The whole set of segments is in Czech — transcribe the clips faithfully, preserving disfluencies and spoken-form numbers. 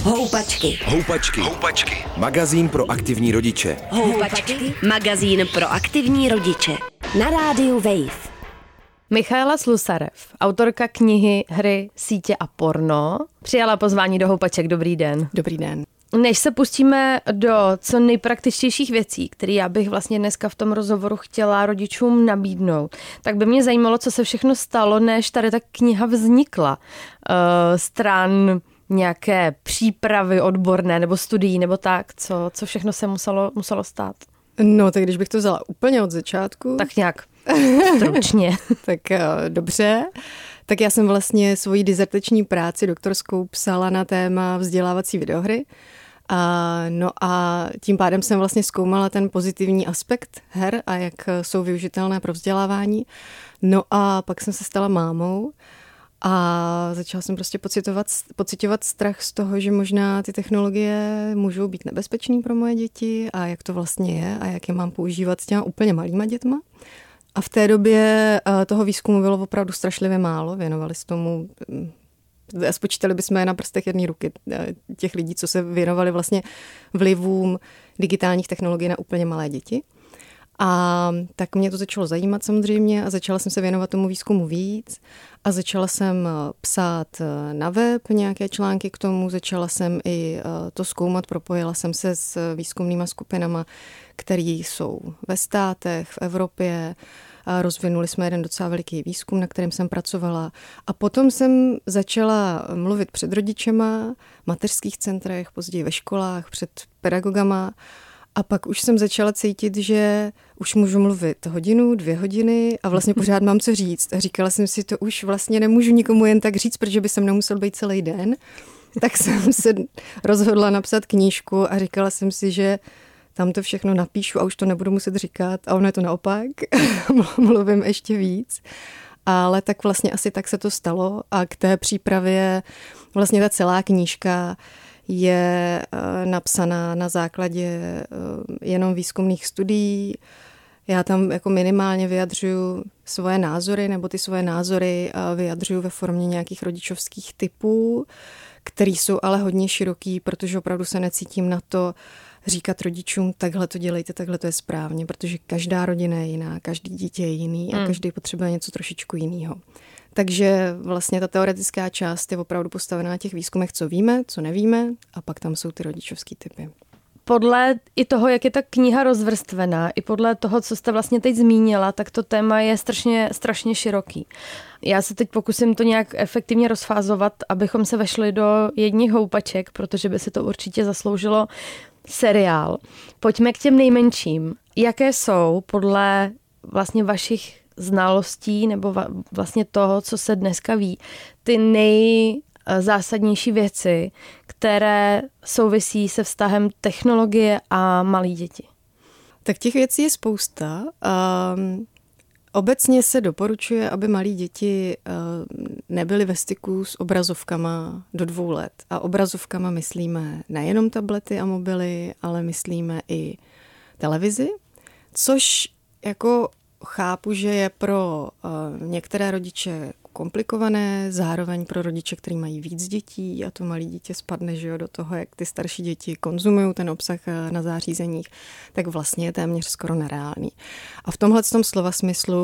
Houpačky. Houpačky. Houpačky. Magazín pro aktivní rodiče. Houpačky. Magazín pro aktivní rodiče. Na rádiu Wave. Michaela Slusarev, autorka knihy Hry, sítě a porno, přijala pozvání do Houpaček. Dobrý den. Dobrý den. Než se pustíme do co nejpraktičtějších věcí, které já bych vlastně dneska v tom rozhovoru chtěla rodičům nabídnout, tak by mě zajímalo, co se všechno stalo, než tady ta kniha vznikla. Uh, stran nějaké přípravy odborné nebo studií nebo tak, co, co všechno se muselo, muselo stát. No, tak když bych to vzala úplně od začátku. Tak nějak stručně. tak uh, dobře. Tak já jsem vlastně svoji dizertační práci doktorskou psala na téma vzdělávací videohry. A, no a tím pádem jsem vlastně zkoumala ten pozitivní aspekt her a jak jsou využitelné pro vzdělávání. No a pak jsem se stala mámou a začala jsem prostě pocitovat, pocitovat strach z toho, že možná ty technologie můžou být nebezpečný pro moje děti a jak to vlastně je a jak je mám používat s těma úplně malýma dětma. A v té době toho výzkumu bylo opravdu strašlivě málo, věnovali se tomu, spočítali bychom je na prstech jedné ruky těch lidí, co se věnovali vlastně vlivům digitálních technologií na úplně malé děti. A tak mě to začalo zajímat samozřejmě a začala jsem se věnovat tomu výzkumu víc a začala jsem psát na web nějaké články k tomu, začala jsem i to zkoumat, propojila jsem se s výzkumnýma skupinama, které jsou ve státech, v Evropě. A rozvinuli jsme jeden docela veliký výzkum, na kterém jsem pracovala. A potom jsem začala mluvit před rodičema, v mateřských centrech, později ve školách, před pedagogama. A pak už jsem začala cítit, že už můžu mluvit hodinu, dvě hodiny a vlastně pořád mám co říct. A říkala jsem si, to už vlastně nemůžu nikomu jen tak říct, protože by jsem nemusel být celý den. Tak jsem se rozhodla napsat knížku a říkala jsem si, že tam to všechno napíšu a už to nebudu muset říkat. A ono je to naopak. Mluvím ještě víc. Ale tak vlastně asi tak se to stalo a k té přípravě vlastně ta celá knížka je napsaná na základě jenom výzkumných studií. Já tam jako minimálně vyjadřuju svoje názory, nebo ty svoje názory vyjadřuju ve formě nějakých rodičovských typů, které jsou ale hodně široký, protože opravdu se necítím na to říkat rodičům, takhle to dělejte, takhle to je správně, protože každá rodina je jiná, každý dítě je jiný a každý potřebuje něco trošičku jiného. Takže vlastně ta teoretická část je opravdu postavená na těch výzkumech, co víme, co nevíme, a pak tam jsou ty rodičovský typy. Podle i toho, jak je ta kniha rozvrstvená, i podle toho, co jste vlastně teď zmínila, tak to téma je strašně, strašně široký. Já se teď pokusím to nějak efektivně rozfázovat, abychom se vešli do jedních houpaček, protože by se to určitě zasloužilo seriál. Pojďme k těm nejmenším. Jaké jsou podle vlastně vašich znalostí nebo vlastně toho, co se dneska ví, ty nejzásadnější věci, které souvisí se vztahem technologie a malí děti? Tak těch věcí je spousta. Um, obecně se doporučuje, aby malí děti uh, nebyly ve styku s obrazovkama do dvou let. A obrazovkama myslíme nejenom tablety a mobily, ale myslíme i televizi, což jako chápu, že je pro uh, některé rodiče komplikované, zároveň pro rodiče, kteří mají víc dětí a to malé dítě spadne, že jo, do toho, jak ty starší děti konzumují ten obsah na zařízeních, tak vlastně je téměř skoro nereálný. A v tomhle tom slova smyslu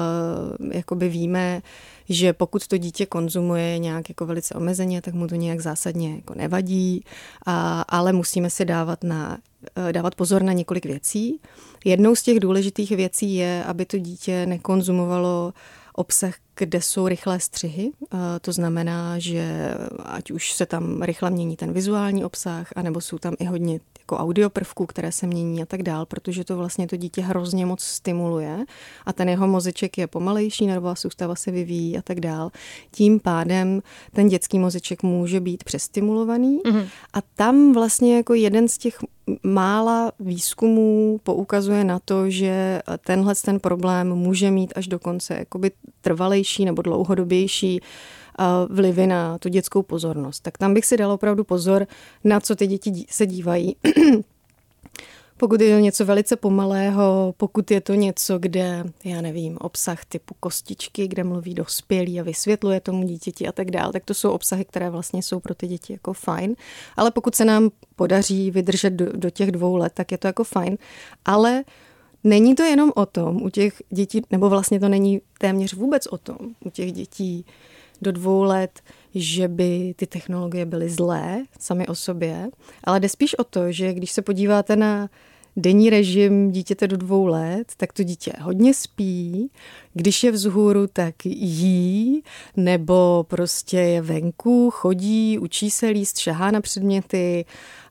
uh, jakoby víme, že pokud to dítě konzumuje nějak jako velice omezeně, tak mu to nějak zásadně jako nevadí, a, ale musíme si dávat, na, dávat pozor na několik věcí. Jednou z těch důležitých věcí je, aby to dítě nekonzumovalo obsah, kde jsou rychlé střihy. To znamená, že ať už se tam rychle mění ten vizuální obsah, anebo jsou tam i hodně jako audio prvků, které se mění a tak dál, protože to vlastně to dítě hrozně moc stimuluje a ten jeho mozeček je pomalejší, nervová soustava se vyvíjí a tak dál. Tím pádem ten dětský mozeček může být přestimulovaný mm-hmm. a tam vlastně jako jeden z těch mála výzkumů poukazuje na to, že tenhle ten problém může mít až dokonce jakoby trvalejší nebo dlouhodobější vlivy na tu dětskou pozornost. Tak tam bych si dala opravdu pozor, na co ty děti se dívají. Pokud je to něco velice pomalého, pokud je to něco, kde, já nevím, obsah typu kostičky, kde mluví dospělý a vysvětluje tomu dítěti a tak dál, tak to jsou obsahy, které vlastně jsou pro ty děti jako fajn. Ale pokud se nám podaří vydržet do, do těch dvou let, tak je to jako fajn. Ale není to jenom o tom u těch dětí, nebo vlastně to není téměř vůbec o tom u těch dětí do dvou let, že by ty technologie byly zlé sami o sobě, ale jde spíš o to, že když se podíváte na denní režim dítěte do dvou let, tak to dítě hodně spí, když je vzhůru, tak jí, nebo prostě je venku, chodí, učí se líst, šahá na předměty,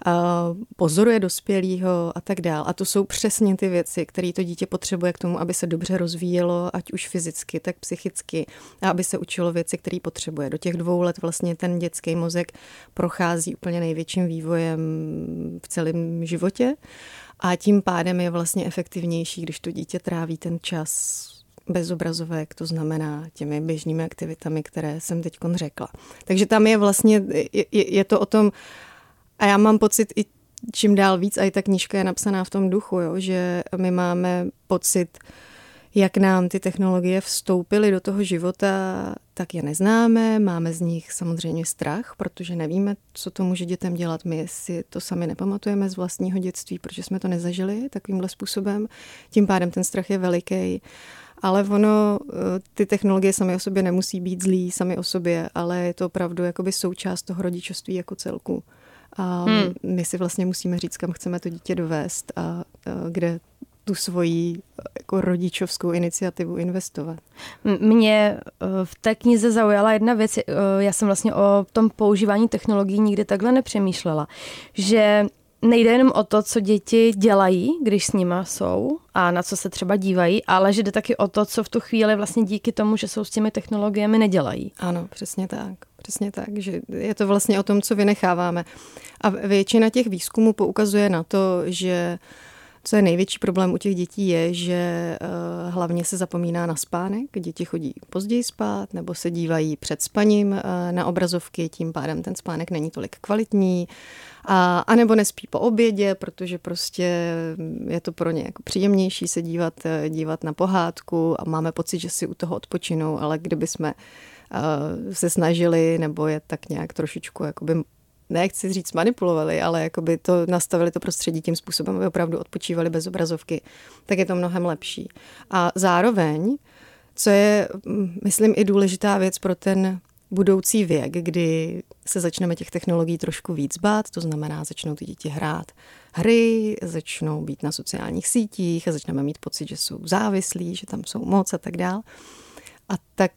pozoruje dospělýho a tak dál. A to jsou přesně ty věci, které to dítě potřebuje k tomu, aby se dobře rozvíjelo, ať už fyzicky, tak psychicky, a aby se učilo věci, které potřebuje. Do těch dvou let vlastně ten dětský mozek prochází úplně největším vývojem v celém životě. A tím pádem je vlastně efektivnější, když to dítě tráví ten čas bez obrazovek, to znamená těmi běžnými aktivitami, které jsem teď řekla. Takže tam je vlastně, je, je to o tom, a já mám pocit i čím dál víc, a i ta knížka je napsaná v tom duchu, jo, že my máme pocit, jak nám ty technologie vstoupily do toho života, tak je neznáme, máme z nich samozřejmě strach, protože nevíme, co to může dětem dělat. My si to sami nepamatujeme z vlastního dětství, protože jsme to nezažili takovýmhle způsobem. Tím pádem ten strach je veliký. Ale ono, ty technologie sami o sobě nemusí být zlý sami o sobě, ale je to opravdu jakoby součást toho rodičovství jako celku. A hmm. my si vlastně musíme říct, kam chceme to dítě dovést a, a kde tu svoji jako rodičovskou iniciativu investovat. Mě v té knize zaujala jedna věc, já jsem vlastně o tom používání technologií nikdy takhle nepřemýšlela, že nejde jenom o to, co děti dělají, když s nima jsou a na co se třeba dívají, ale že jde taky o to, co v tu chvíli vlastně díky tomu, že jsou s těmi technologiemi, nedělají. Ano, přesně tak. Přesně tak, že je to vlastně o tom, co vynecháváme. A většina těch výzkumů poukazuje na to, že co je největší problém u těch dětí je, že uh, hlavně se zapomíná na spánek. Děti chodí později spát nebo se dívají před spaním uh, na obrazovky, tím pádem ten spánek není tolik kvalitní. A, a nebo nespí po obědě, protože prostě je to pro ně jako příjemnější se dívat, dívat na pohádku a máme pocit, že si u toho odpočinou, ale kdyby jsme uh, se snažili nebo je tak nějak trošičku jakoby nechci říct manipulovali, ale jakoby to nastavili to prostředí tím způsobem, aby opravdu odpočívali bez obrazovky, tak je to mnohem lepší. A zároveň, co je, myslím, i důležitá věc pro ten budoucí věk, kdy se začneme těch technologií trošku víc bát, to znamená, začnou ty děti hrát hry, začnou být na sociálních sítích a začneme mít pocit, že jsou závislí, že tam jsou moc a tak dál. A tak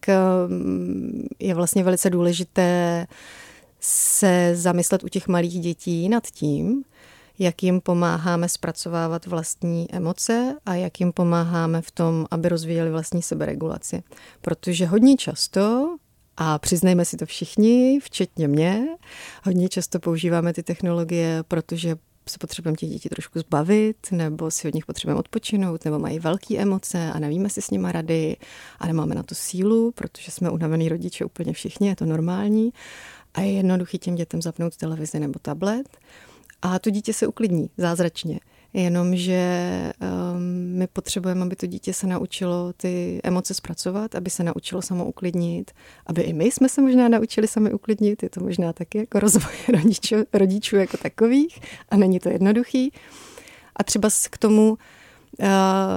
je vlastně velice důležité se zamyslet u těch malých dětí nad tím, jak jim pomáháme zpracovávat vlastní emoce a jak jim pomáháme v tom, aby rozvíjeli vlastní seberegulaci. Protože hodně často, a přiznejme si to všichni, včetně mě, hodně často používáme ty technologie, protože se potřebujeme těch dětí trošku zbavit, nebo si od nich potřebujeme odpočinout, nebo mají velké emoce a nevíme si s nima rady a nemáme na to sílu, protože jsme unavený rodiče úplně všichni, je to normální. A je jednoduchý těm dětem zapnout televizi nebo tablet a to dítě se uklidní zázračně. Jenomže um, my potřebujeme, aby to dítě se naučilo ty emoce zpracovat, aby se naučilo samo uklidnit, aby i my jsme se možná naučili sami uklidnit, je to možná taky jako rozvoj rodičů, rodičů jako takových a není to jednoduchý. A třeba k tomu, uh,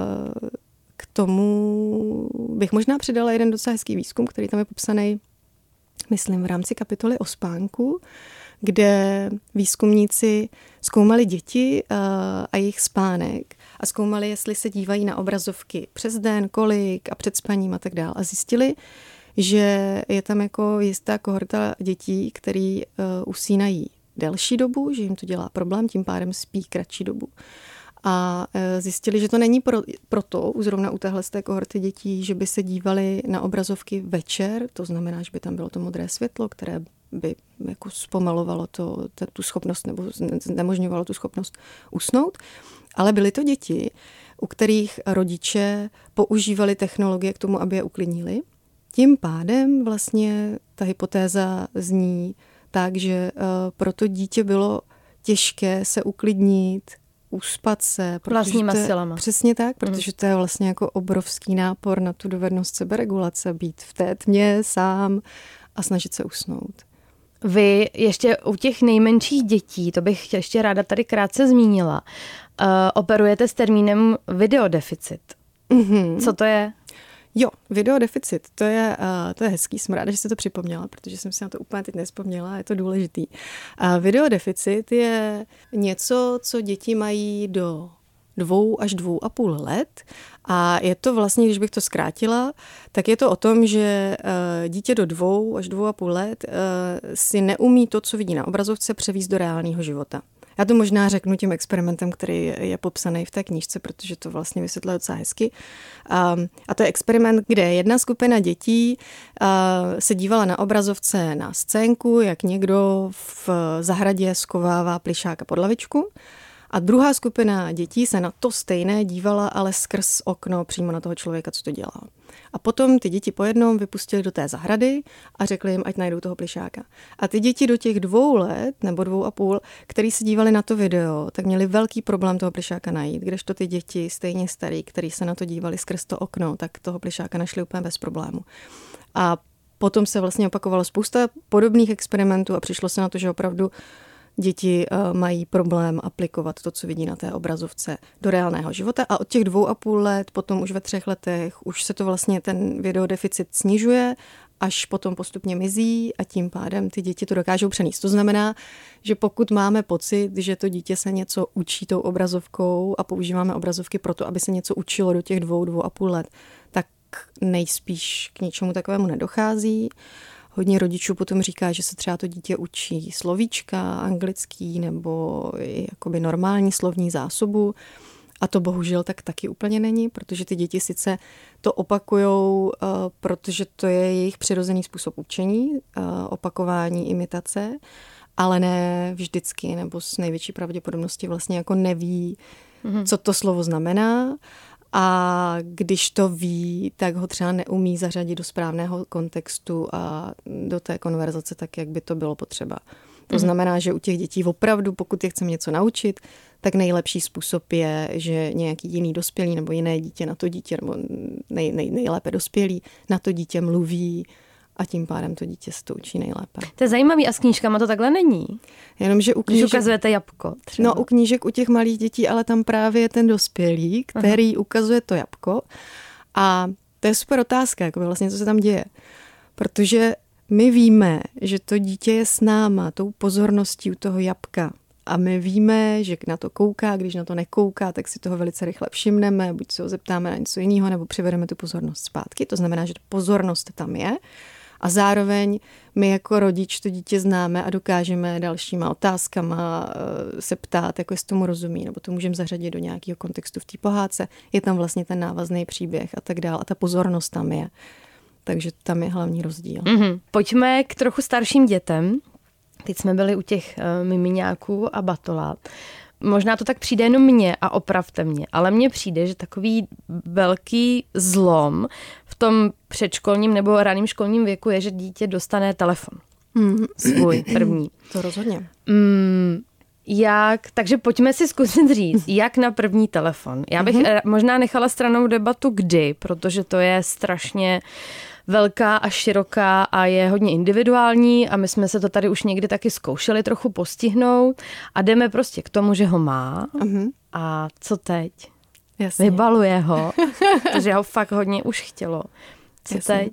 k tomu bych možná přidala jeden docela hezký výzkum, který tam je popsaný, myslím, v rámci kapitoly o spánku, kde výzkumníci zkoumali děti a jejich spánek a zkoumali, jestli se dívají na obrazovky přes den, kolik a před spaním a tak dále. A zjistili, že je tam jako jistá kohorta dětí, který usínají delší dobu, že jim to dělá problém, tím pádem spí kratší dobu. A zjistili, že to není pro, proto, zrovna u téhle z té kohorty dětí, že by se dívali na obrazovky večer, to znamená, že by tam bylo to modré světlo, které by jako zpomalovalo to, tu schopnost nebo znemožňovalo tu schopnost usnout, ale byly to děti, u kterých rodiče používali technologie k tomu, aby je uklidnili. Tím pádem vlastně ta hypotéza zní tak, že pro to dítě bylo těžké se uklidnit uspat se. Vlastníma to je, silama. Přesně tak, protože to je vlastně jako obrovský nápor na tu dovednost seberegulace, být v té tmě sám a snažit se usnout. Vy ještě u těch nejmenších dětí, to bych ještě ráda tady krátce zmínila, uh, operujete s termínem videodeficit. Mm-hmm. Co to je? Jo, videodeficit, to je, uh, to je hezký, jsem ráda, že jsi to připomněla, protože jsem si na to úplně teď nevzpomněla, je to důležitý. Uh, videodeficit je něco, co děti mají do dvou až dvou a půl let a je to vlastně, když bych to zkrátila, tak je to o tom, že uh, dítě do dvou až dvou a půl let uh, si neumí to, co vidí na obrazovce, převízt do reálného života. Já to možná řeknu tím experimentem, který je popsaný v té knížce, protože to vlastně vysvětluje docela hezky. Um, a to je experiment, kde jedna skupina dětí uh, se dívala na obrazovce na scénku, jak někdo v zahradě skovává plyšáka pod lavičku. A druhá skupina dětí se na to stejné dívala, ale skrz okno přímo na toho člověka, co to dělá. A potom ty děti po jednom vypustili do té zahrady a řekli jim, ať najdou toho plyšáka. A ty děti do těch dvou let nebo dvou a půl, který se dívali na to video, tak měli velký problém toho plyšáka najít, kdežto ty děti stejně starý, který se na to dívali skrz to okno, tak toho plyšáka našli úplně bez problému. A potom se vlastně opakovalo spousta podobných experimentů a přišlo se na to, že opravdu děti uh, mají problém aplikovat to, co vidí na té obrazovce, do reálného života a od těch dvou a půl let, potom už ve třech letech, už se to vlastně ten videodeficit snižuje, až potom postupně mizí a tím pádem ty děti to dokážou přenést. To znamená, že pokud máme pocit, že to dítě se něco učí tou obrazovkou a používáme obrazovky proto, aby se něco učilo do těch dvou, dvou a půl let, tak nejspíš k něčemu takovému nedochází. Hodně rodičů potom říká, že se třeba to dítě učí slovíčka, anglický nebo i jakoby normální slovní zásobu. A to bohužel tak taky úplně není, protože ty děti sice to opakujou, protože to je jejich přirozený způsob učení, opakování, imitace, ale ne vždycky nebo s největší pravděpodobností vlastně jako neví, mm-hmm. co to slovo znamená. A když to ví, tak ho třeba neumí zařadit do správného kontextu a do té konverzace tak, jak by to bylo potřeba. To znamená, že u těch dětí opravdu, pokud je chceme něco naučit, tak nejlepší způsob je, že nějaký jiný dospělý nebo jiné dítě na to dítě, nebo nej, nej, nejlépe dospělý na to dítě mluví a tím pádem to dítě se to učí nejlépe. To je zajímavý a s knížkama to takhle není. Jenomže u knížek... Když ukazujete jabko třeba. No u knížek u těch malých dětí, ale tam právě je ten dospělý, který Aha. ukazuje to jabko. A to je super otázka, jako vlastně, co se tam děje. Protože my víme, že to dítě je s náma, tou pozorností u toho jabka. A my víme, že na to kouká, když na to nekouká, tak si toho velice rychle všimneme, buď se ho zeptáme na něco jiného, nebo přivedeme tu pozornost zpátky. To znamená, že pozornost tam je. A zároveň my jako rodič to dítě známe a dokážeme dalšíma otázkama se ptát, jako jestli tomu rozumí, nebo to můžeme zařadit do nějakého kontextu v té pohádce. Je tam vlastně ten návazný příběh a tak dále. A ta pozornost tam je. Takže tam je hlavní rozdíl. Mm-hmm. Pojďme k trochu starším dětem. Teď jsme byli u těch uh, mimiňáků a batolát. Možná to tak přijde jenom mně a opravte mě, ale mně přijde, že takový velký zlom v tom předškolním nebo raným školním věku je, že dítě dostane telefon. Mm. Svůj první. To rozhodně. Mm, jak, takže pojďme si zkusit říct, jak na první telefon. Já bych mm-hmm. možná nechala stranou debatu kdy, protože to je strašně velká a široká a je hodně individuální a my jsme se to tady už někdy taky zkoušeli trochu postihnout a jdeme prostě k tomu, že ho má uh-huh. a co teď? Jasně. Vybaluje ho, protože ho fakt hodně už chtělo. Co Jasně. teď?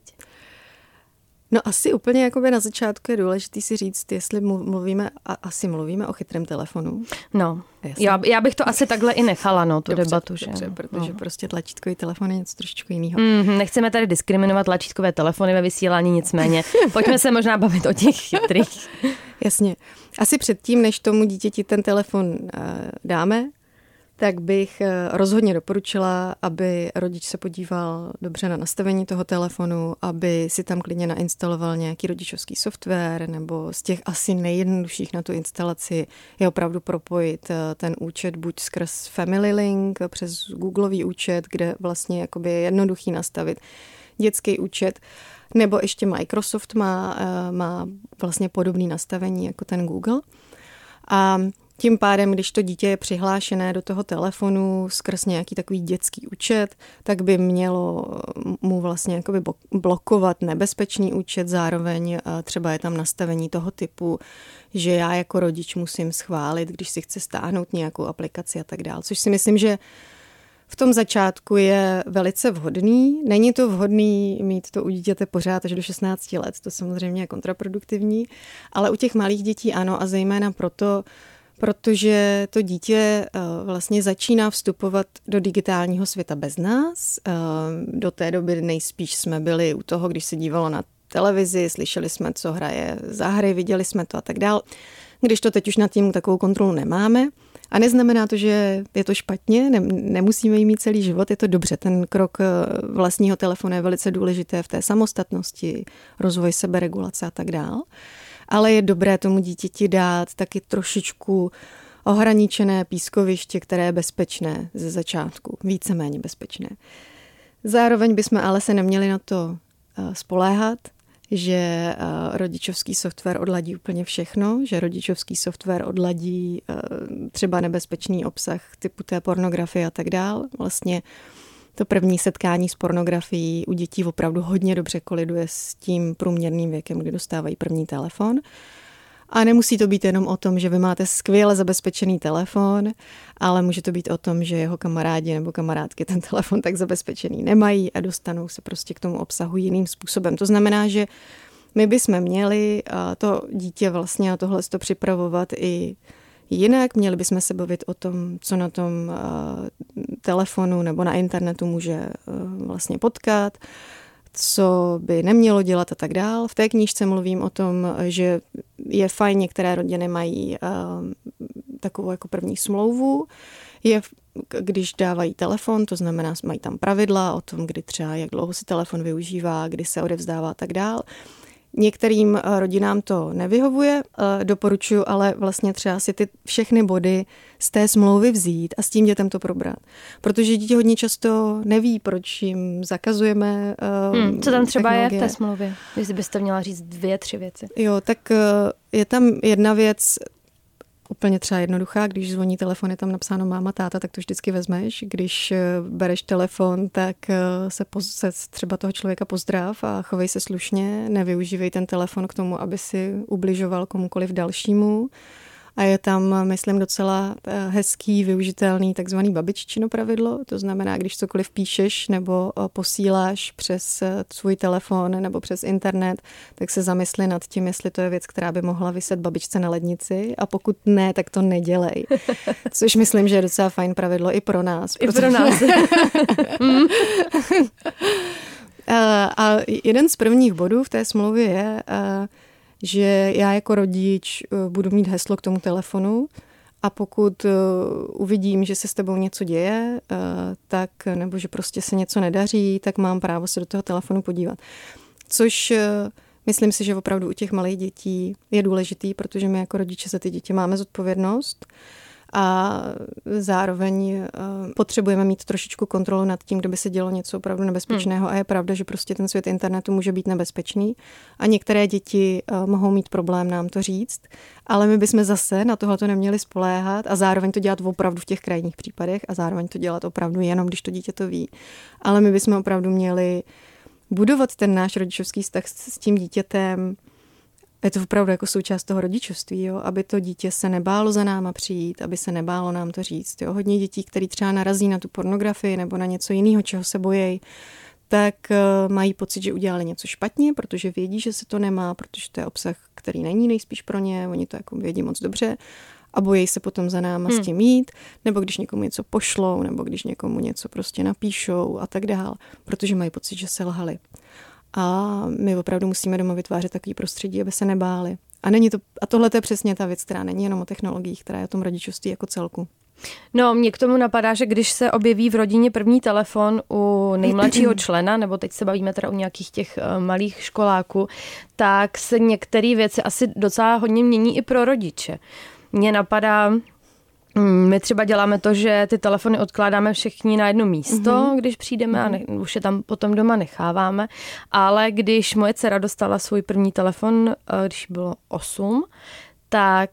No asi úplně jakoby na začátku je důležitý si říct, jestli mluvíme, a asi mluvíme o chytrém telefonu. No, já, já bych to asi takhle i nechala, no, tu dobře, debatu. Že? Dobře, protože no. prostě tlačítkový telefon je něco trošičku jiného. Mm, nechceme tady diskriminovat tlačítkové telefony ve vysílání, nicméně. Pojďme se možná bavit o těch chytrých. Jasně. Asi předtím, než tomu dítěti ten telefon uh, dáme, tak bych rozhodně doporučila, aby rodič se podíval dobře na nastavení toho telefonu, aby si tam klidně nainstaloval nějaký rodičovský software, nebo z těch asi nejjednodušších na tu instalaci je opravdu propojit ten účet buď skrz Family Link, přes Googlový účet, kde vlastně jakoby je jednoduchý nastavit dětský účet, nebo ještě Microsoft má, má vlastně podobné nastavení jako ten Google. A Tím pádem, když to dítě je přihlášené do toho telefonu skrz nějaký takový dětský účet, tak by mělo mu vlastně jakoby blokovat nebezpečný účet, zároveň třeba je tam nastavení toho typu, že já jako rodič musím schválit, když si chce stáhnout nějakou aplikaci a tak dál, což si myslím, že v tom začátku je velice vhodný. Není to vhodný mít to u dítěte pořád až do šestnácti let, to samozřejmě je kontraproduktivní, ale u těch malých dětí ano a zejména proto, protože to dítě vlastně začíná vstupovat do digitálního světa bez nás. Do té doby nejspíš jsme byli u toho, když se dívalo na televizi, slyšeli jsme, co hraje za hry, viděli jsme to a tak dál. Když to teď už nad tím takovou kontrolu nemáme. A neznamená to, že je to špatně, ne, nemusíme jí mít celý život, je to dobře. Ten krok vlastního telefonu je velice důležité v té samostatnosti, rozvoj seberegulace a tak dál. Ale je dobré tomu dítěti dát taky trošičku ohraničené pískoviště, které je bezpečné ze začátku, víceméně bezpečné. Zároveň bychom ale se neměli na to spoléhat, že rodičovský software odladí úplně všechno, že rodičovský software odladí třeba nebezpečný obsah typu té pornografie a tak dál. Vlastně to první setkání s pornografií u dětí opravdu hodně dobře koliduje s tím průměrným věkem, kdy dostávají první telefon. A nemusí to být jenom o tom, že vy máte skvěle zabezpečený telefon, ale může to být o tom, že jeho kamarádi nebo kamarádky ten telefon tak zabezpečený nemají a dostanou se prostě k tomu obsahu jiným způsobem. To znamená, že my bychom měli to dítě vlastně na tohle to připravovat i jinak. Měli bychom se bavit o tom, co na tom telefonu nebo na internetu může vlastně potkat, co by nemělo dělat a tak dál. V té knížce mluvím o tom, že je fajn, některé rodiny mají uh, takovou jako první smlouvu, je, když dávají telefon, to znamená, mají tam pravidla o tom, kdy třeba, jak dlouho se telefon využívá, kdy se odevzdává a tak dál. Některým rodinám to nevyhovuje, doporučuji ale vlastně třeba si ty všechny body z té smlouvy vzít a s tím dětem to probrat. Protože dítě hodně často neví, proč jim zakazujeme hmm, co tam třeba technologie. Je v té smlouvě? Jestli byste měla říct dvě, tři věci. Jo, tak je tam jedna věc, úplně třeba jednoduchá, když zvoní telefon, je tam napsáno máma, táta, tak to vždycky vezmeš. Když bereš telefon, tak se, poz, se třeba toho člověka pozdrav a chovej se slušně, nevyužívej ten telefon k tomu, aby si ubližoval komukoliv dalšímu. A je tam, myslím, docela hezký, využitelný takzvaný babiččino pravidlo. To znamená, když cokoliv píšeš nebo posíláš přes svůj telefon nebo přes internet, tak se zamysli nad tím, jestli to je věc, která by mohla viset babičce na lednici a pokud ne, tak to nedělej. Což myslím, že je docela fajn pravidlo i pro nás. I protože... pro nás. A jeden z prvních bodů v té smlouvě je, že já jako rodič budu mít heslo k tomu telefonu a pokud uvidím, že se s tebou něco děje, tak, nebo že prostě se něco nedaří, tak mám právo se do toho telefonu podívat. Což myslím si, že opravdu u těch malých dětí je důležitý, protože my jako rodiče za ty děti máme zodpovědnost a zároveň potřebujeme mít trošičku kontrolu nad tím, kdyby se dělo něco opravdu nebezpečného. Hmm. A je pravda, že prostě ten svět internetu může být nebezpečný a některé děti mohou mít problém nám to říct, ale my bychom zase na tohle to neměli spoléhat a zároveň to dělat opravdu v těch krajních případech a zároveň to dělat opravdu jenom, když to dítě to ví. Ale my bychom opravdu měli budovat ten náš rodičovský vztah s tím dítětem. Je to opravdu jako součást toho rodičovství, jo? Aby to dítě se nebálo za náma přijít, aby se nebálo nám to říct. Jo? Hodně dětí, který třeba narazí na tu pornografii nebo na něco jiného, čeho se bojí, tak uh, mají pocit, že udělali něco špatně, protože vědí, že se to nemá, protože to je obsah, který není nejspíš pro ně, oni to jako vědí moc dobře a bojí se potom za náma hmm. s tím jít, nebo když někomu něco pošlou, nebo když někomu něco prostě napíšou a tak dál, protože mají pocit, že se lhali. A my opravdu musíme doma vytvářet takový prostředí, aby se nebáli. A není to, a tohle je přesně ta věc, která není jenom o technologiích, která je o tom rodičovství jako celku. No, mě k tomu napadá, že když se objeví v rodině první telefon u nejmladšího člena, nebo teď se bavíme teda o nějakých těch malých školáků, tak se některé věci asi docela hodně mění i pro rodiče. Mně napadá... My třeba děláme to, že ty telefony odkládáme všichni na jedno místo, mm-hmm. když přijdeme a ne, už je tam potom doma necháváme, ale když moje dcera dostala svůj první telefon, když bylo osm, tak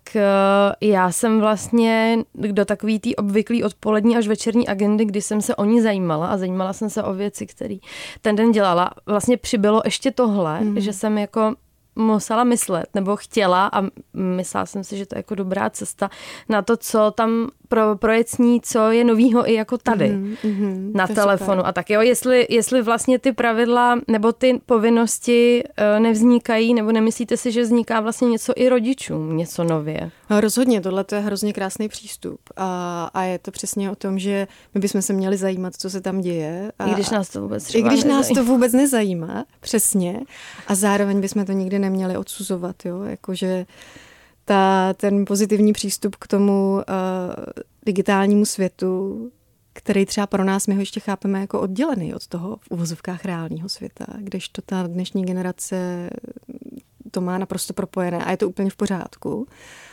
já jsem vlastně do takový tý obvyklý odpolední až večerní agendy, kdy jsem se o ní zajímala a zajímala jsem se o věci, které ten den dělala. Vlastně přibylo ještě tohle, mm. že jsem jako musela myslet, nebo chtěla a myslela jsem si, že to je jako dobrá cesta na to, co tam pro, projet s ní, co je novýho i jako tady mm, mm, na telefonu. Super. A tak jo, jestli, jestli vlastně ty pravidla nebo ty povinnosti nevznikají, nebo nemyslíte si, že vzniká vlastně něco i rodičům, něco nově? No, rozhodně, tohle to je hrozně krásný přístup a, a je to přesně o tom, že my bychom se měli zajímat, co se tam děje. A, I když nás to vůbec třeba I když nezajímá. nás to vůbec nezajímá, přesně. A zároveň bychom to nikdy neměli odsuzovat, jo, jakože ta, ten pozitivní přístup k tomu uh, digitálnímu světu, který třeba pro nás, my ho ještě chápeme jako oddělený od toho v uvozovkách reálního světa, kdežto ta dnešní generace to má naprosto propojené a je to úplně v pořádku.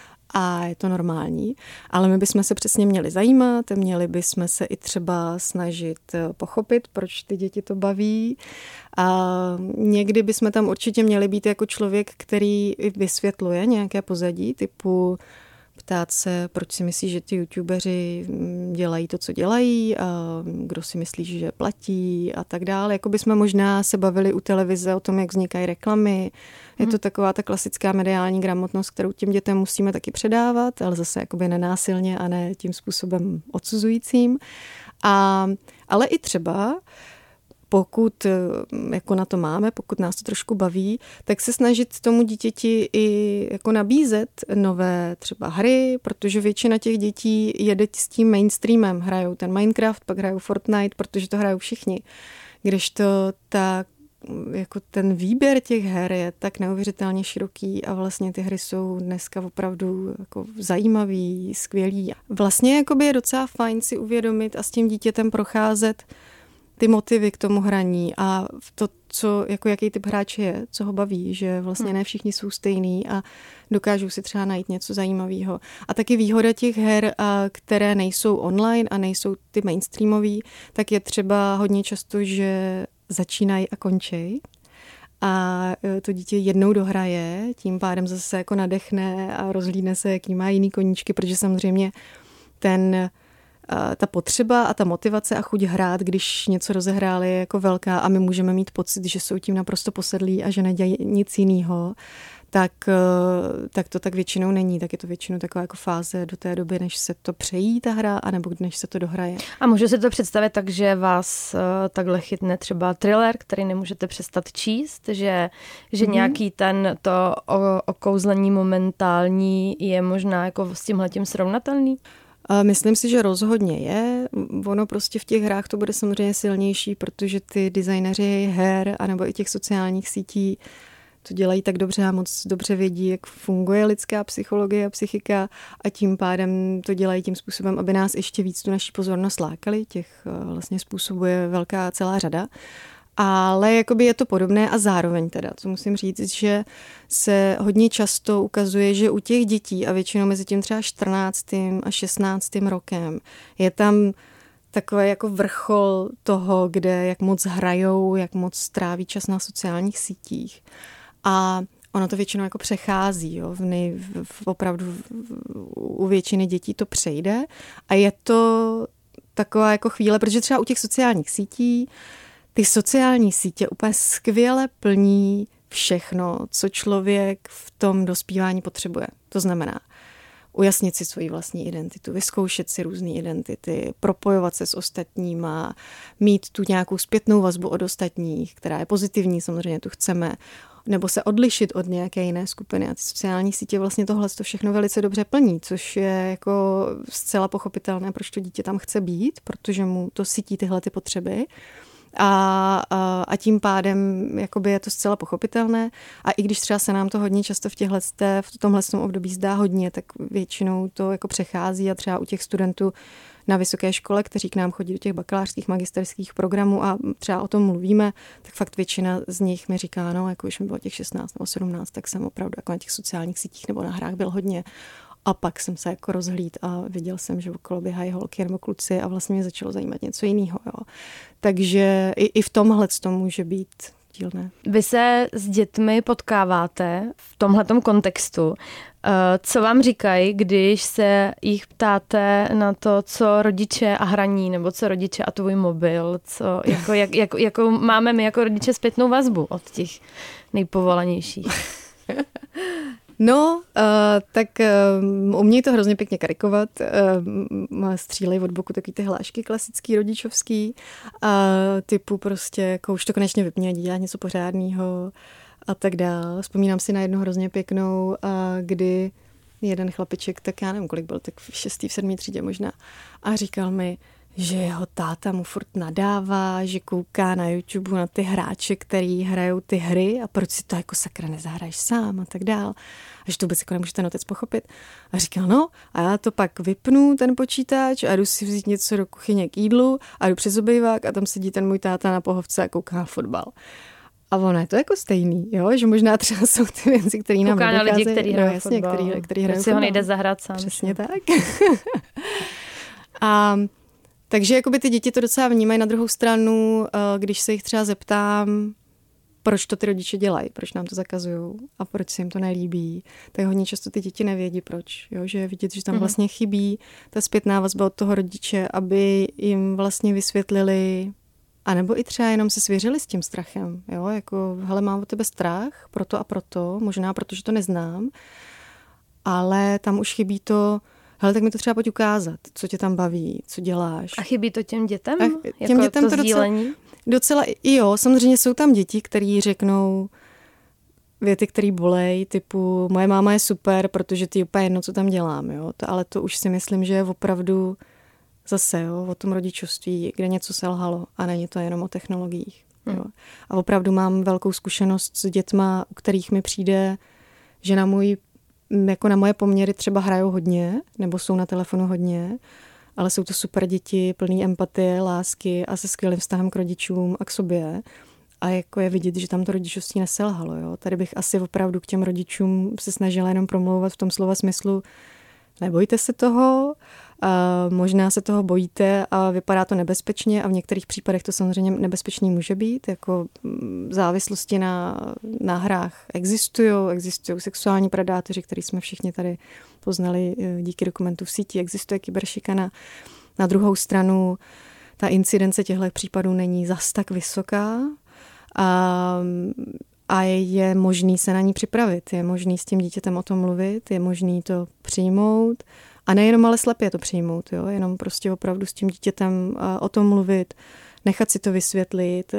A je to normální, ale my bychom se přesně měli zajímat, měli bychom se i třeba snažit pochopit, proč ty děti to baví a někdy bychom tam určitě měli být jako člověk, který vysvětluje nějaké pozadí, typu ptát se, proč si myslí, že ty youtubeři dělají to, co dělají, a kdo si myslí, že platí a tak dále. Jako bychom možná se bavili u televize o tom, jak vznikají reklamy. Je to taková ta klasická mediální gramotnost, kterou těm dětem musíme taky předávat, ale zase jakoby nenásilně a ne tím způsobem odsuzujícím. A, ale i třeba pokud jako na to máme, pokud nás to trošku baví, tak se snažit tomu dítěti i jako nabízet nové třeba hry, protože většina těch dětí jede s tím mainstreamem. Hrajou ten Minecraft, pak hrajou Fortnite, protože to hrajou všichni. Kdežto ta, jako ten výběr těch her je tak neuvěřitelně široký a vlastně ty hry jsou dneska opravdu jako zajímavý, skvělý. Vlastně jakoby je docela fajn si uvědomit a s tím dítětem procházet ty motivy k tomu hraní a to, co, jako jaký typ hráče je, co ho baví, že vlastně ne všichni jsou stejný a dokážou si třeba najít něco zajímavého. A taky výhoda těch her, které nejsou online a nejsou ty mainstreamový, tak je třeba hodně často, že začínají a končí. A to dítě jednou dohraje, tím pádem zase jako nadechne a rozhlídne se, jaký má jiný koníčky, protože samozřejmě ten ta potřeba a ta motivace a chuť hrát, když něco rozehráli, je jako velká a my můžeme mít pocit, že jsou tím naprosto posedlí a že nedělají nic jiného, tak, tak to tak většinou není. Tak je to většinou taková jako fáze do té doby, než se to přejí ta hra, anebo než se to dohraje. A můžu si to představit tak, že vás takhle chytne třeba thriller, který nemůžete přestat číst, že, že mm-hmm. nějaký ten to okouzlení momentální je možná jako s tímhletím srovnatelný? Myslím si, že rozhodně je. Ono prostě v těch hrách to bude samozřejmě silnější, protože ty designéři her anebo i těch sociálních sítí to dělají tak dobře a moc dobře vědí, jak funguje lidská psychologie a psychika a tím pádem to dělají tím způsobem, aby nás ještě víc tu naši pozornost lákali. Těch vlastně způsobů je velká celá řada. Ale jakoby je to podobné a zároveň teda, co musím říct, že se hodně často ukazuje, že u těch dětí a většinou mezi tím třeba čtrnáctým a šestnáctým rokem je tam takový jako vrchol toho, kde jak moc hrajou, jak moc tráví čas na sociálních sítích. A ono to většinou jako přechází, jo, v nej, v, opravdu v, u většiny dětí to přejde a je to taková jako chvíle, protože třeba u těch sociálních sítí ty sociální sítě úplně skvěle plní všechno, co člověk v tom dospívání potřebuje. To znamená ujasnit si svoji vlastní identitu, vyzkoušet si různé identity, propojovat se s ostatníma, mít tu nějakou zpětnou vazbu od ostatních, která je pozitivní, samozřejmě tu chceme, nebo se odlišit od nějaké jiné skupiny. A ty sociální sítě vlastně tohle to všechno velice dobře plní, což je jako zcela pochopitelné, proč to dítě tam chce být, protože mu to sytí tyhle ty potřeby. A, a, a tím pádem jakoby je to zcela pochopitelné a i když třeba se nám to hodně často v těchhle, v tomhle období zdá hodně, tak většinou to jako přechází a třeba u těch studentů na vysoké škole, kteří k nám chodí do těch bakalářských, magisterských programů a třeba o tom mluvíme, tak fakt většina z nich mi říká, no, jako už mi bylo těch šestnáct nebo sedmnáct, tak jsem opravdu jako na těch sociálních sítích nebo na hrách byl hodně. A pak jsem se jako rozhlíd a viděl jsem, že okolo běhají holky nebo kluci a vlastně mě začalo zajímat něco jiného. Jo. Takže i, i v tomhle to může být rozdílné. Vy se s dětmi potkáváte v tomhletom kontextu. Co vám říkají, když se jich ptáte na to, co rodiče a hraní, nebo co rodiče a tvůj mobil, co, jako, jak, jak, jako máme my jako rodiče zpětnou vazbu od těch nejpovolanějších? No, uh, tak uh, umějí to hrozně pěkně karikovat. Uh, střílejí od boku takový ty hlášky klasický, rodičovský. Uh, typu prostě, jako už to konečně vypně, dělá něco pořádného a tak dál. Vzpomínám si na jednu hrozně pěknou, uh, kdy jeden chlapiček, tak já nevím, kolik byl, tak v šestý, v sedmý třídě možná, a říkal mi, že jeho táta mu furt nadává, že kouká na YouTube na ty hráče, který hrajou ty hry a proč si to jako sakra nezahraješ sám a tak dál. A že to vůbec jako nemůže ten otec pochopit. A říkal, no a já to pak vypnu, ten počítač, a jdu si vzít něco do kuchyně k jídlu a jdu přes obejvák a tam sedí ten můj táta na pohovce a kouká na fotbal. A ono je to jako stejný, jo? Že možná třeba jsou ty věci, které nám kouká na lidi, kteří hrají no, jasně, fotbal. Který, který hrají si fotbal. ho nejde zahrát sám. Přesně tak. A takže jakoby ty děti to docela vnímají. Na druhou stranu, když se jich třeba zeptám, proč to ty rodiče dělají, proč nám to zakazují a proč se jim to nelíbí, tak hodně často ty děti nevědí proč. Jo? Že je vidět, že tam vlastně chybí ta zpětná vazba od toho rodiče, aby jim vlastně vysvětlili, anebo i třeba jenom se svěřili s tím strachem. Jo? Jako, hele, mám o tebe strach, proto a proto, možná protože to neznám, ale tam už chybí to, hele, tak mi to třeba pojď ukázat, co tě tam baví, co děláš. A chybí to těm dětem? A těm jako dětem to, to sdílení? Docela, docela i jo, samozřejmě jsou tam děti, který řeknou věty, který bolej, typu moje máma je super, protože ty úplně jedno, co tam dělám, jo. To, ale to už si myslím, že je opravdu zase, jo, o tom rodičovství, kde něco selhalo a není to jenom o technologiích. Jo. Hmm. A opravdu mám velkou zkušenost s dětma, u kterých mi přijde, že na můj jako na moje poměry třeba hrajou hodně, nebo jsou na telefonu hodně, ale jsou to super děti, plný empatie, lásky a se skvělým vztahem k rodičům a k sobě. A jako je vidět, že tam to rodičovství neselhalo. Jo? Tady bych asi opravdu k těm rodičům se snažila jenom promlouvat v tom slova smyslu, nebojte se toho, a možná se toho bojíte a vypadá to nebezpečně a v některých případech to samozřejmě nebezpečný může být, jako závislosti na, na hrách existují, existují sexuální predátoři, který jsme všichni tady poznali díky dokumentu v síti, existuje kyberšikana. Na druhou stranu ta incidence těchto případů není zas tak vysoká a, a je možný se na ní připravit, je možný s tím dítětem o tom mluvit, je možný to přijmout. A nejenom ale slepě to přijmout, jo? Jenom prostě opravdu s tím dítětem o tom mluvit, nechat si to vysvětlit.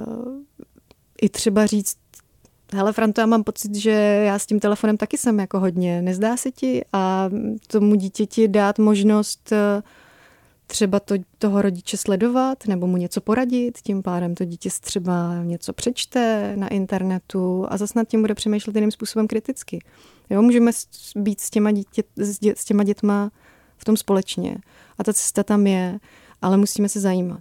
I třeba říct, hele Franto, já mám pocit, že já s tím telefonem taky jsem jako hodně, nezdá se ti? A tomu dítěti dát možnost třeba to, toho rodiče sledovat nebo mu něco poradit, tím pádem to dítě třeba něco přečte na internetu a zase nad tím bude přemýšlet jiným způsobem kriticky. Jo, můžeme být s těma, dítě, s těma dětma v tom společně a ta cesta tam je, ale musíme se zajímat.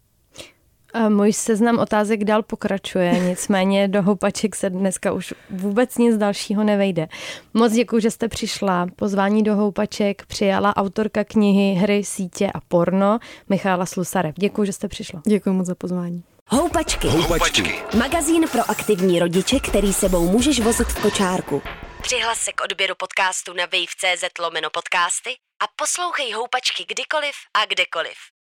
A můj seznam otázek dál pokračuje, nicméně do houpaček se dneska už vůbec nic dalšího nevejde. Moc děkuji, že jste přišla. Pozvání do houpaček přijala autorka knihy Hry, sítě a porno Michála Slusarev. Děkuji, že jste přišla. Děkuji moc za pozvání. Houpačky. Houpačky. Magazín pro aktivní rodiče, který sebou můžeš vozit v kočárku. Přihlas se k odběru podcastu na wave tečka cz lomeno podcasty a poslouchej Houpačky kdykoliv a kdekoliv.